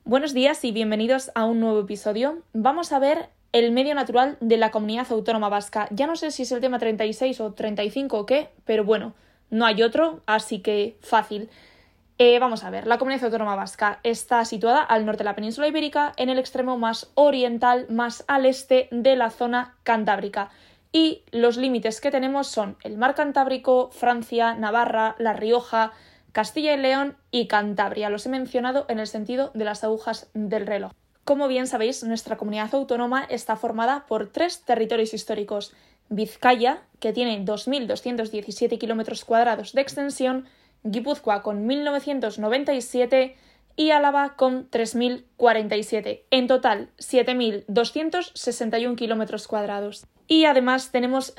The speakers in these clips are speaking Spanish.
Buenos días y bienvenidos a un nuevo episodio. Vamos a ver el medio natural de la Comunidad Autónoma Vasca. Ya no sé si es el tema 36 o 35 o qué, pero bueno, no hay otro, así que fácil. Vamos a ver, la Comunidad Autónoma Vasca está situada al norte de la península ibérica, en el extremo más oriental, más al este de la zona cantábrica. Y los límites que tenemos son el mar Cantábrico, Francia, Navarra, La Rioja, Castilla y León y Cantabria. Los he mencionado en el sentido de las agujas del reloj. Como bien sabéis, nuestra comunidad autónoma está formada por 3 territorios históricos. Vizcaya, que tiene 2.217 kilómetros cuadrados de extensión, Guipúzcoa con 1.997 y Álava con 3.047. En total, 7.261 kilómetros cuadrados. Y además tenemos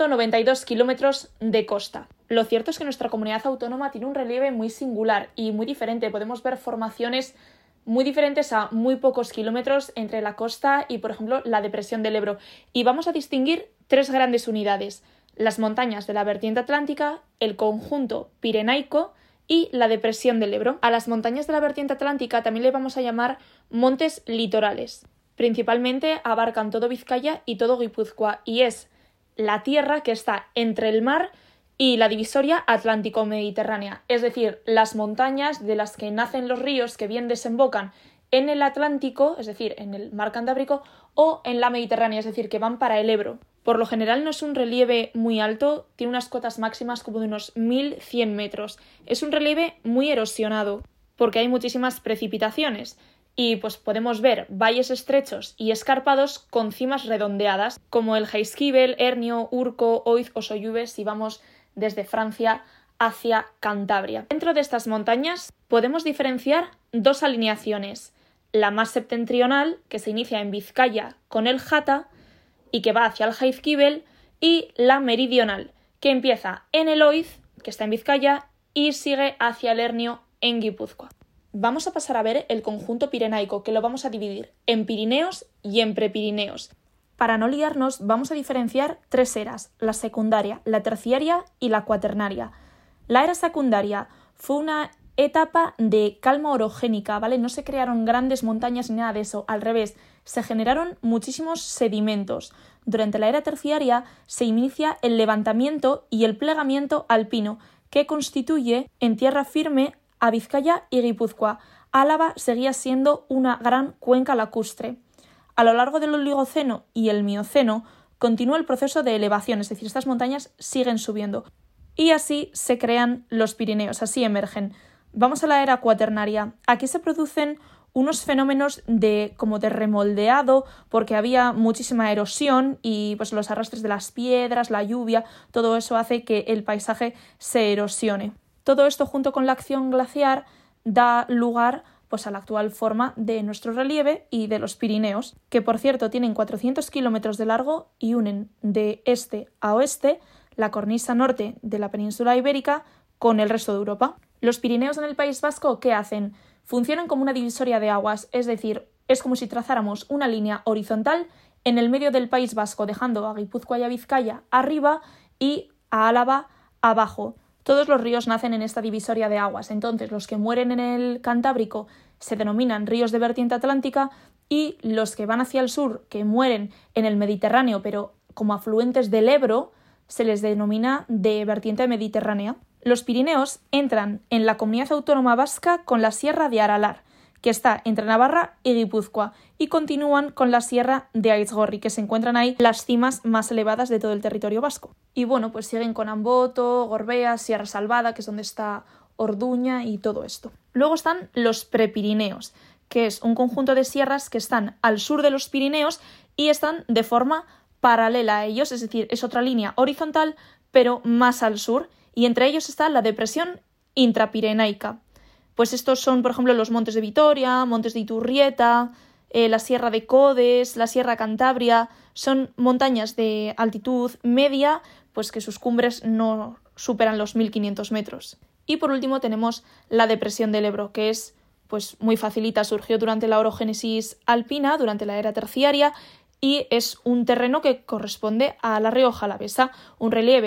192 kilómetros de costa. Lo cierto es que nuestra comunidad autónoma tiene un relieve muy singular y muy diferente. Podemos ver formaciones muy diferentes a muy pocos kilómetros entre la costa y, por ejemplo, la depresión del Ebro. Y vamos a distinguir 3 grandes unidades: las montañas de la vertiente atlántica, el conjunto pirenaico y la depresión del Ebro. A las montañas de la vertiente atlántica también le vamos a llamar montes litorales. Principalmente abarcan todo Vizcaya y todo Guipúzcoa y es la tierra que está entre el mar y la divisoria atlántico-mediterránea, es decir, las montañas de las que nacen los ríos que bien desembocan en el Atlántico, es decir, en el mar Cantábrico, o en la Mediterránea, es decir, que van para el Ebro. Por lo general no es un relieve muy alto, tiene unas cotas máximas como de unos 1.100 metros. Es un relieve muy erosionado, porque hay muchísimas precipitaciones. Y pues podemos ver valles estrechos y escarpados con cimas redondeadas, como el Jaizkibel, Hernio, Urco, Oiz o Sollube, si vamos desde Francia hacia Cantabria. Dentro de estas montañas podemos diferenciar 2 alineaciones: la más septentrional, que se inicia en Vizcaya con el Jata y que va hacia el Jaizkibel, y la meridional, que empieza en el Oiz, que está en Vizcaya, y sigue hacia el Hernio en Guipúzcoa. Vamos a pasar a ver el conjunto pirenaico, que lo vamos a dividir en Pirineos y en Prepirineos. Para no liarnos, vamos a diferenciar 3 eras: la secundaria, la terciaria y la cuaternaria. La era secundaria fue una etapa de calma orogénica, ¿vale? No se crearon grandes montañas ni nada de eso, al revés, se generaron muchísimos sedimentos. Durante la era terciaria se inicia el levantamiento y el plegamiento alpino, que constituye en tierra firme a Vizcaya y Guipúzcoa. Álava seguía siendo una gran cuenca lacustre. A lo largo del Oligoceno y el Mioceno continúa el proceso de elevación, es decir, estas montañas siguen subiendo. Y así se crean los Pirineos, así emergen. Vamos a la era cuaternaria. Aquí se producen unos fenómenos como de remoldeado, porque había muchísima erosión y pues los arrastres de las piedras, la lluvia, todo eso hace que el paisaje se erosione. Todo esto, junto con la acción glaciar, da lugar pues a la actual forma de nuestro relieve y de los Pirineos, que por cierto tienen 400 kilómetros de largo y unen de este a oeste la cornisa norte de la península ibérica con el resto de Europa. Los Pirineos en el País Vasco, ¿qué hacen? Funcionan como una divisoria de aguas, es decir, es como si trazáramos una línea horizontal en el medio del País Vasco, dejando a Guipúzcoa y a Vizcaya arriba y a Álava abajo. Todos los ríos nacen en esta divisoria de aguas, entonces los que mueren en el Cantábrico se denominan ríos de vertiente atlántica y los que van hacia el sur, que mueren en el Mediterráneo pero como afluentes del Ebro, se les denomina de vertiente mediterránea. Los Pirineos entran en la Comunidad Autónoma Vasca con la Sierra de Aralar, que está entre Navarra y Guipúzcoa, y continúan con la Sierra de Aizgorri, que se encuentran ahí las cimas más elevadas de todo el territorio vasco. Y bueno, pues siguen con Amboto, Gorbea, Sierra Salvada, que es donde está Orduña y todo esto. Luego están los Prepirineos, que es un conjunto de sierras que están al sur de los Pirineos y están de forma paralela a ellos, es decir, es otra línea horizontal, pero más al sur, y entre ellos está la depresión intrapirenaica. Pues estos son, por ejemplo, los montes de Vitoria, montes de Iturrieta, la Sierra de Codes, la Sierra Cantabria. Son montañas de altitud media, pues que sus cumbres no superan los 1.500 metros. Y por último tenemos la depresión del Ebro, que es pues muy facilita, surgió durante la orogénesis alpina, durante la era terciaria, y es un terreno que corresponde a la Rioja Alavesa, un relieve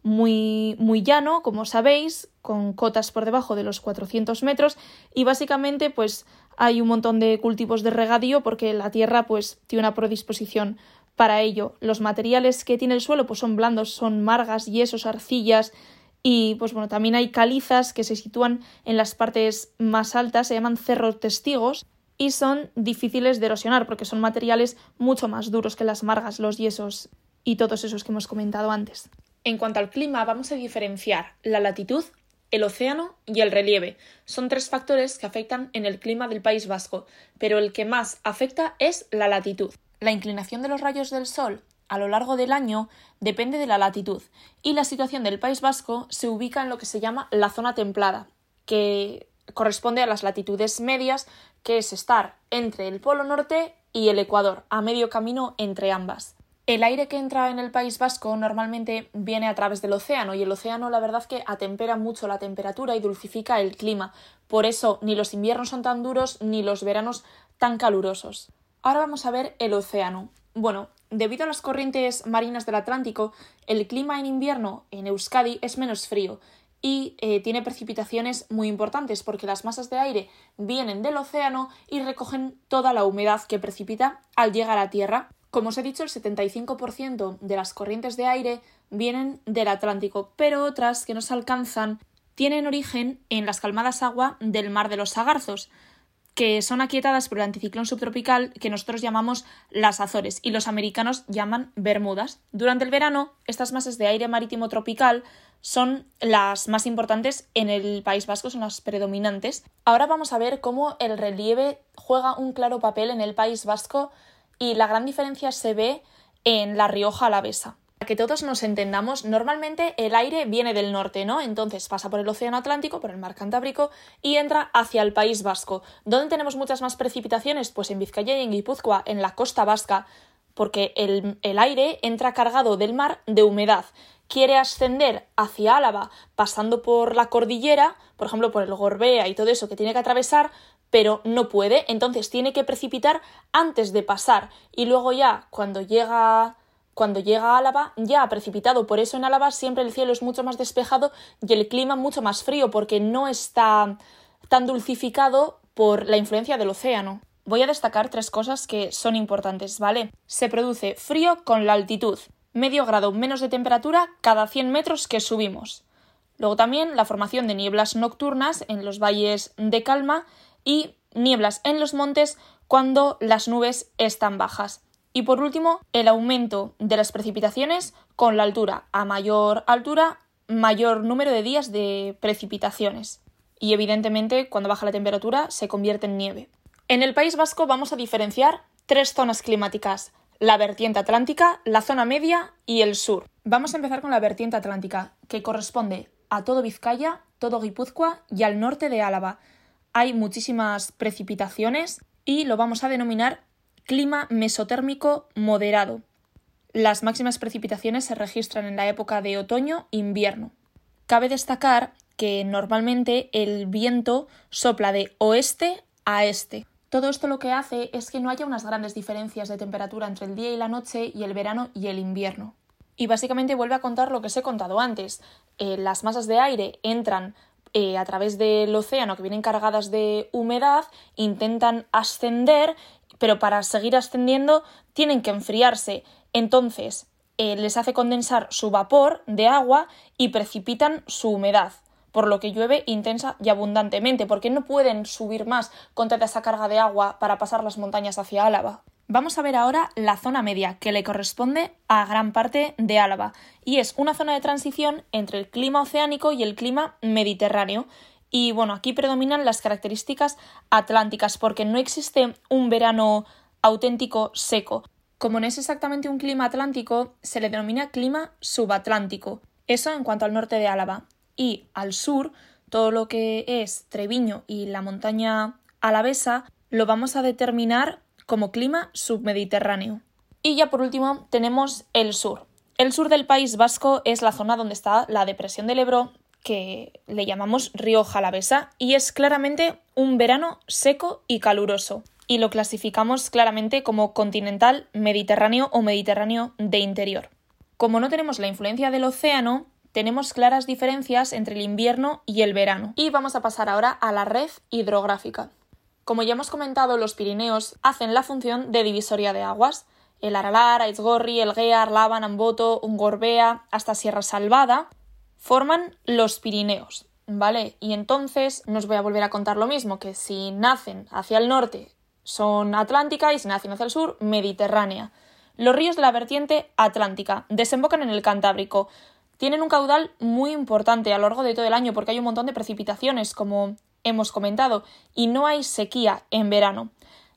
muy, muy llano, como sabéis, con cotas por debajo de los 400 metros y básicamente pues hay un montón de cultivos de regadío porque la tierra pues tiene una predisposición para ello. Los materiales que tiene el suelo pues son blandos, son margas, yesos, arcillas y pues bueno, también hay calizas que se sitúan en las partes más altas, se llaman cerros testigos y son difíciles de erosionar porque son materiales mucho más duros que las margas, los yesos y todos esos que hemos comentado antes. En cuanto al clima, vamos a diferenciar la latitud, el océano y el relieve. Son 3 factores que afectan en el clima del País Vasco, pero el que más afecta es la latitud. La inclinación de los rayos del sol a lo largo del año depende de la latitud y la situación del País Vasco se ubica en lo que se llama la zona templada, que corresponde a las latitudes medias, que es estar entre el Polo Norte y el Ecuador, a medio camino entre ambas. El aire que entra en el País Vasco normalmente viene a través del océano y el océano la verdad que atempera mucho la temperatura y dulcifica el clima. Por eso ni los inviernos son tan duros ni los veranos tan calurosos. Ahora vamos a ver el océano. Bueno, debido a las corrientes marinas del Atlántico, el clima en invierno en Euskadi es menos frío y tiene precipitaciones muy importantes porque las masas de aire vienen del océano y recogen toda la humedad que precipita al llegar a tierra. Como os he dicho, el 75% de las corrientes de aire vienen del Atlántico, pero otras que nos alcanzan tienen origen en las calmadas agua del Mar de los Sagarzos, que son aquietadas por el anticiclón subtropical que nosotros llamamos las Azores y los americanos llaman Bermudas. Durante el verano, estas masas de aire marítimo tropical son las más importantes en el País Vasco, son las predominantes. Ahora vamos a ver cómo el relieve juega un claro papel en el País Vasco y la gran diferencia se ve en la Rioja Alavesa. Para que todos nos entendamos, normalmente el aire viene del norte, ¿no? Entonces pasa por el Océano Atlántico, por el Mar Cantábrico y entra hacia el País Vasco. ¿Dónde tenemos muchas más precipitaciones? Pues en Vizcaya y en Guipúzcoa, en la costa vasca, porque el aire entra cargado del mar de humedad. Quiere ascender hacia Álava pasando por la cordillera, por ejemplo por el Gorbea y todo eso que tiene que atravesar, pero no puede, entonces tiene que precipitar antes de pasar y luego ya cuando llega a Álava ya ha precipitado. Por eso en Álava siempre el cielo es mucho más despejado y el clima mucho más frío porque no está tan dulcificado por la influencia del océano. Voy a destacar 3 cosas que son importantes, ¿vale? Se produce frío con la altitud, medio grado menos de temperatura cada 100 metros que subimos. Luego también la formación de nieblas nocturnas en los valles de calma y nieblas en los montes cuando las nubes están bajas. Y por último, el aumento de las precipitaciones con la altura. A mayor altura, mayor número de días de precipitaciones. Y evidentemente, cuando baja la temperatura, se convierte en nieve. En el País Vasco vamos a diferenciar 3 zonas climáticas: la vertiente atlántica, la zona media y el sur. Vamos a empezar con la vertiente atlántica, que corresponde a todo Vizcaya, todo Guipúzcoa y al norte de Álava. Hay muchísimas precipitaciones y lo vamos a denominar clima mesotérmico moderado. Las máximas precipitaciones se registran en la época de otoño-invierno. Cabe destacar que normalmente el viento sopla de oeste a este. Todo esto lo que hace es que no haya unas grandes diferencias de temperatura entre el día y la noche y el verano y el invierno. Y básicamente vuelve a contar lo que os he contado antes. Las masas de aire entran a través del océano que vienen cargadas de humedad, intentan ascender, pero para seguir ascendiendo tienen que enfriarse. Entonces les hace condensar su vapor de agua y precipitan su humedad, por lo que llueve intensa y abundantemente, porque no pueden subir más con toda esa carga de agua para pasar las montañas hacia Álava. Vamos a ver ahora la zona media, que le corresponde a gran parte de Álava, y es una zona de transición entre el clima oceánico y el clima mediterráneo. Y bueno, aquí predominan las características atlánticas, porque no existe un verano auténtico seco. Como no es exactamente un clima atlántico, se le denomina clima subatlántico. Eso en cuanto al norte de Álava. Y al sur, todo lo que es Treviño y la montaña alavesa lo vamos a determinar como clima submediterráneo. Y ya por último tenemos el sur. El sur del País Vasco es la zona donde está la depresión del Ebro, que le llamamos Rioja Alavesa, y es claramente un verano seco y caluroso. Y lo clasificamos claramente como continental, mediterráneo o mediterráneo de interior. Como no tenemos la influencia del océano, tenemos claras diferencias entre el invierno y el verano. Y vamos a pasar ahora a la red hidrográfica. Como ya hemos comentado, los Pirineos hacen la función de divisoria de aguas. El Aralar, Aizgorri, Elgea, Arlaba, Namboto, Ungorbea, hasta Sierra Salvada, forman los Pirineos, ¿vale? Y entonces no os voy a volver a contar lo mismo, que si nacen hacia el norte son atlántica y si nacen hacia el sur, mediterránea. Los ríos de la vertiente atlántica desembocan en el Cantábrico. Tienen un caudal muy importante a lo largo de todo el año porque hay un montón de precipitaciones, como hemos comentado, y no hay sequía en verano.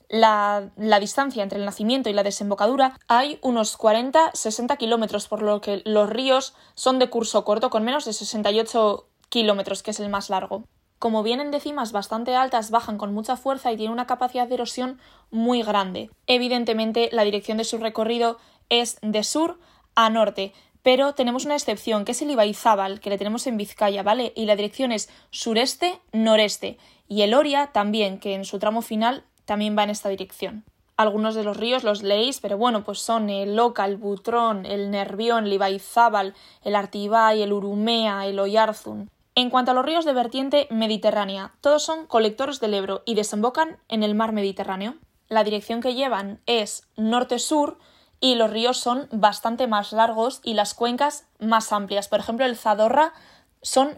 La distancia entre el nacimiento y la desembocadura hay unos 40-60 kilómetros, por lo que los ríos son de curso corto, con menos de 68 kilómetros, que es el más largo. Como vienen de cimas bastante altas, bajan con mucha fuerza y tienen una capacidad de erosión muy grande. Evidentemente, la dirección de su recorrido es de sur a norte, pero tenemos una excepción, que es el Ibaizábal, que le tenemos en Vizcaya, ¿vale? Y la dirección es sureste-noreste. Y el Oria también, que en su tramo final también va en esta dirección. Algunos de los ríos los leéis, pero bueno, pues son el Oca, el Butrón, el Nervión, el Ibaizábal, el Artibay, el Urumea, el Oyarzun. En cuanto a los ríos de vertiente mediterránea, todos son colectores del Ebro y desembocan en el mar Mediterráneo. La dirección que llevan es norte-sur y los ríos son bastante más largos y las cuencas más amplias. Por ejemplo, el Zadorra son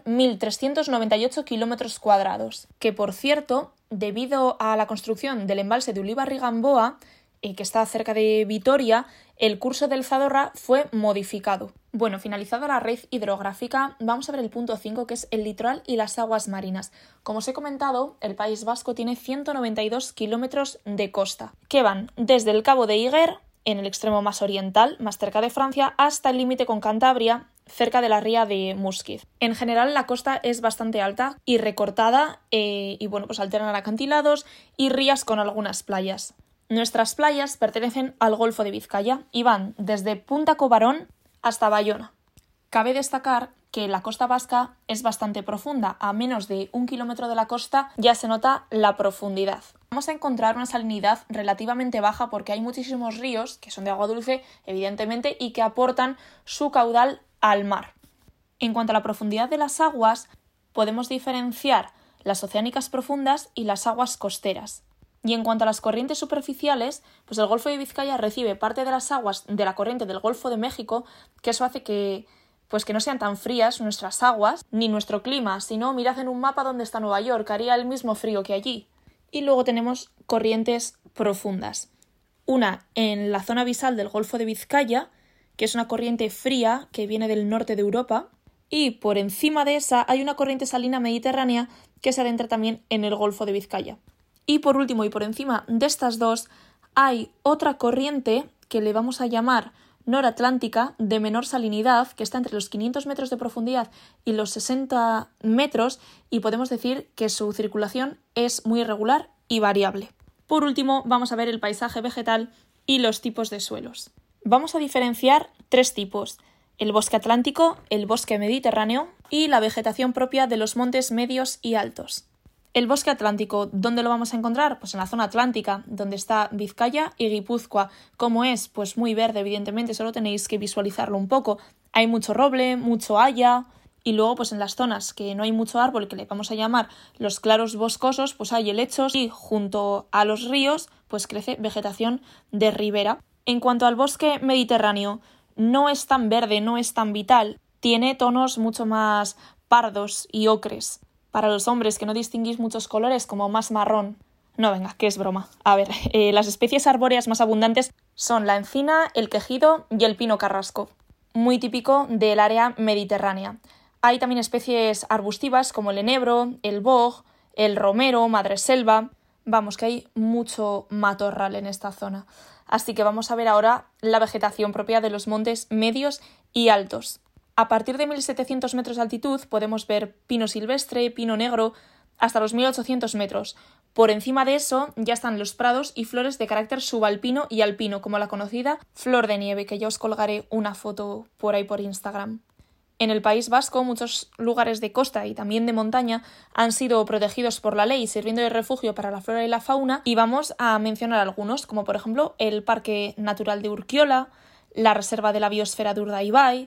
1.398 kilómetros cuadrados, que por cierto, debido a la construcción del embalse de Ulibarri-Gamboa, que está cerca de Vitoria, el curso del Zadorra fue modificado. Bueno, finalizada la red hidrográfica, vamos a ver el punto 5, que es el litoral y las aguas marinas. Como os he comentado, el País Vasco tiene 192 kilómetros de costa, que van desde el Cabo de Iguer, en el extremo más oriental, más cerca de Francia, hasta el límite con Cantabria, cerca de la ría de Musquiz. En general, la costa es bastante alta y recortada, y bueno, pues alternan acantilados y rías con algunas playas. Nuestras playas pertenecen al Golfo de Vizcaya y van desde Punta Cobarón hasta Bayona. Cabe destacar que la costa vasca es bastante profunda. A menos de 1 kilómetro de la costa ya se nota la profundidad. Vamos a encontrar una salinidad relativamente baja porque hay muchísimos ríos que son de agua dulce, evidentemente, y que aportan su caudal al mar. En cuanto a la profundidad de las aguas, podemos diferenciar las oceánicas profundas y las aguas costeras. Y en cuanto a las corrientes superficiales, pues el Golfo de Vizcaya recibe parte de las aguas de la corriente del Golfo de México, que eso hace que no sean tan frías nuestras aguas, ni nuestro clima. Si no, mirad en un mapa dónde está Nueva York, haría el mismo frío que allí. Y luego tenemos corrientes profundas. Una en la zona abisal del Golfo de Vizcaya, que es una corriente fría que viene del norte de Europa, y por encima de esa hay una corriente salina mediterránea que se adentra también en el Golfo de Vizcaya. Y por último, y por encima de estas dos, hay otra corriente que le vamos a llamar noratlántica, de menor salinidad, que está entre los 500 metros de profundidad y los 60 metros, y podemos decir que su circulación es muy irregular y variable. Por último, vamos a ver el paisaje vegetal y los tipos de suelos. Vamos a diferenciar 3 tipos: el bosque atlántico, el bosque mediterráneo y la vegetación propia de los montes medios y altos. El bosque atlántico, ¿dónde lo vamos a encontrar? Pues en la zona atlántica, donde está Vizcaya y Guipúzcoa. ¿Cómo es? Pues muy verde, evidentemente, solo tenéis que visualizarlo un poco. Hay mucho roble, mucho haya, y luego pues en las zonas que no hay mucho árbol, que le vamos a llamar los claros boscosos, pues hay helechos y junto a los ríos pues crece vegetación de ribera. En cuanto al bosque mediterráneo, no es tan verde, no es tan vital, tiene tonos mucho más pardos y ocres. Para los hombres que no distinguís muchos colores, como más marrón. No, venga, que es broma. A ver, las especies arbóreas más abundantes son la encina, el quejido y el pino carrasco, muy típico del área mediterránea. Hay también especies arbustivas como el enebro, el boj, el romero, madreselva. Vamos, que hay mucho matorral en esta zona. Así que vamos a ver ahora la vegetación propia de los montes medios y altos. A partir de 1.700 metros de altitud podemos ver pino silvestre, pino negro, hasta los 1.800 metros. Por encima de eso ya están los prados y flores de carácter subalpino y alpino, como la conocida flor de nieve, que ya os colgaré una foto por ahí por Instagram. En el País Vasco, muchos lugares de costa y también de montaña han sido protegidos por la ley, sirviendo de refugio para la flora y la fauna, y vamos a mencionar algunos, como por ejemplo el Parque Natural de Urkiola, la Reserva de la Biosfera de Urdaibai,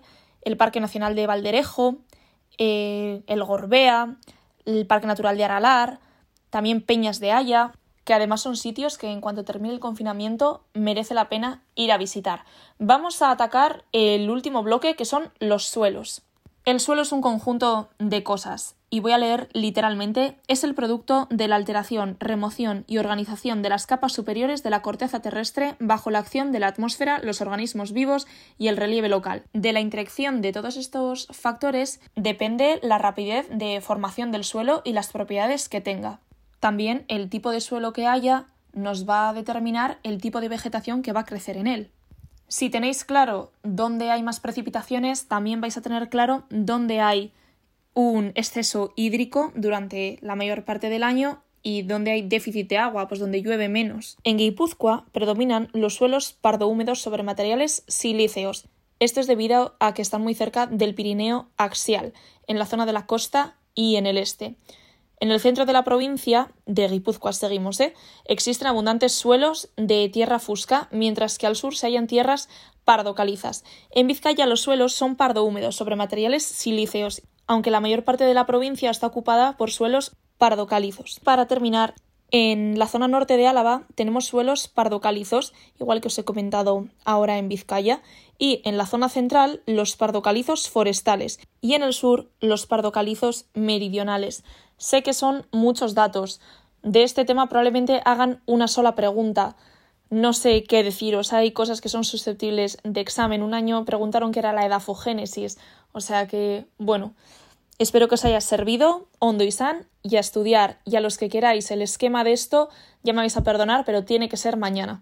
el Parque Nacional de Valderejo, el Gorbea, el Parque Natural de Aralar, también Peñas de Haya, que además son sitios que en cuanto termine el confinamiento merece la pena ir a visitar. Vamos a atacar el último bloque, que son los suelos. El suelo es un conjunto de cosas, y voy a leer literalmente: es el producto de la alteración, remoción y organización de las capas superiores de la corteza terrestre bajo la acción de la atmósfera, los organismos vivos y el relieve local. De la interacción de todos estos factores depende la rapidez de formación del suelo y las propiedades que tenga. También el tipo de suelo que haya nos va a determinar el tipo de vegetación que va a crecer en él. Si tenéis claro dónde hay más precipitaciones, también vais a tener claro dónde hay un exceso hídrico durante la mayor parte del año y dónde hay déficit de agua, pues donde llueve menos. En Guipúzcoa predominan los suelos pardohúmedos sobre materiales silíceos. Esto es debido a que están muy cerca del Pirineo axial, en la zona de la costa y en el este. En el centro de la provincia de Guipúzcoa existen abundantes suelos de tierra fusca, mientras que al sur se hallan tierras pardo-calizas. En Vizcaya los suelos son pardo-húmedos sobre materiales silíceos, aunque la mayor parte de la provincia está ocupada por suelos pardo-calizos. Para terminar, en la zona norte de Álava tenemos suelos pardo-calizos, igual que os he comentado ahora en Vizcaya, y en la zona central los pardo-calizos forestales y en el sur los pardo-calizos meridionales. Sé que son muchos datos. De este tema probablemente hagan una sola pregunta. No sé qué deciros. Hay cosas que son susceptibles de examen. Un año preguntaron qué era la edafogénesis. O sea que, bueno, espero que os haya servido, ondo izan, y a estudiar. Y a los que queráis el esquema de esto, ya me vais a perdonar, pero tiene que ser mañana.